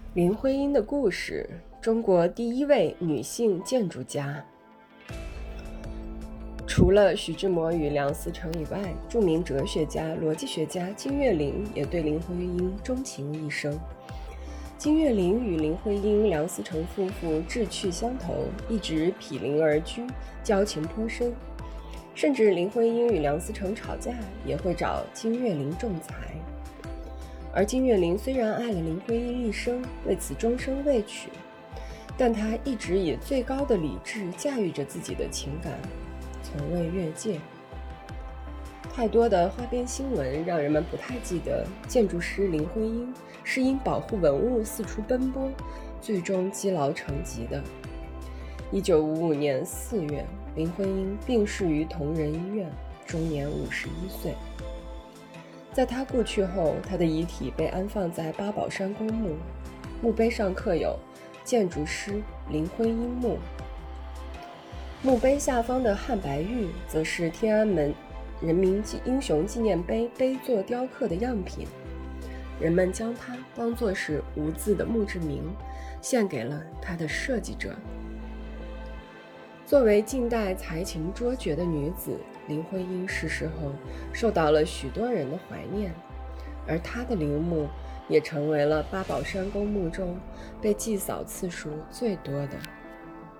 林徽因的故事，中国第一位女性建筑家。除了徐志摩与梁思成以外，著名哲学家、逻辑学家金岳霖也对林徽因钟情一生。金岳霖与林徽因、梁思成夫妇志趣相投，一直毗邻而居，交情颇深。甚至林徽因与梁思成吵架，也会找金岳霖仲裁。而金岳霖虽然爱了林徽因一生，为此终生未娶，但他一直以最高的理智驾驭着自己的情感，从未越界。太多的花边新闻让人们不太记得，建筑师林徽因是因保护文物四处奔波，最终积劳成疾的。1955年4月，林徽因病逝于同仁医院，终年51岁。在他故去后，他的遗体被安放在八宝山公墓，墓碑上刻有建筑师林徽因墓。墓碑下方的汉白玉则是天安门人民英雄纪念碑碑座雕刻的样品，人们将它当作是无字的墓志铭，献给了它的设计者。作为近代才情卓绝的女子，林徽因逝世后受到了许多人的怀念，而她的陵墓也成为了八宝山公墓中被祭扫次数最多的。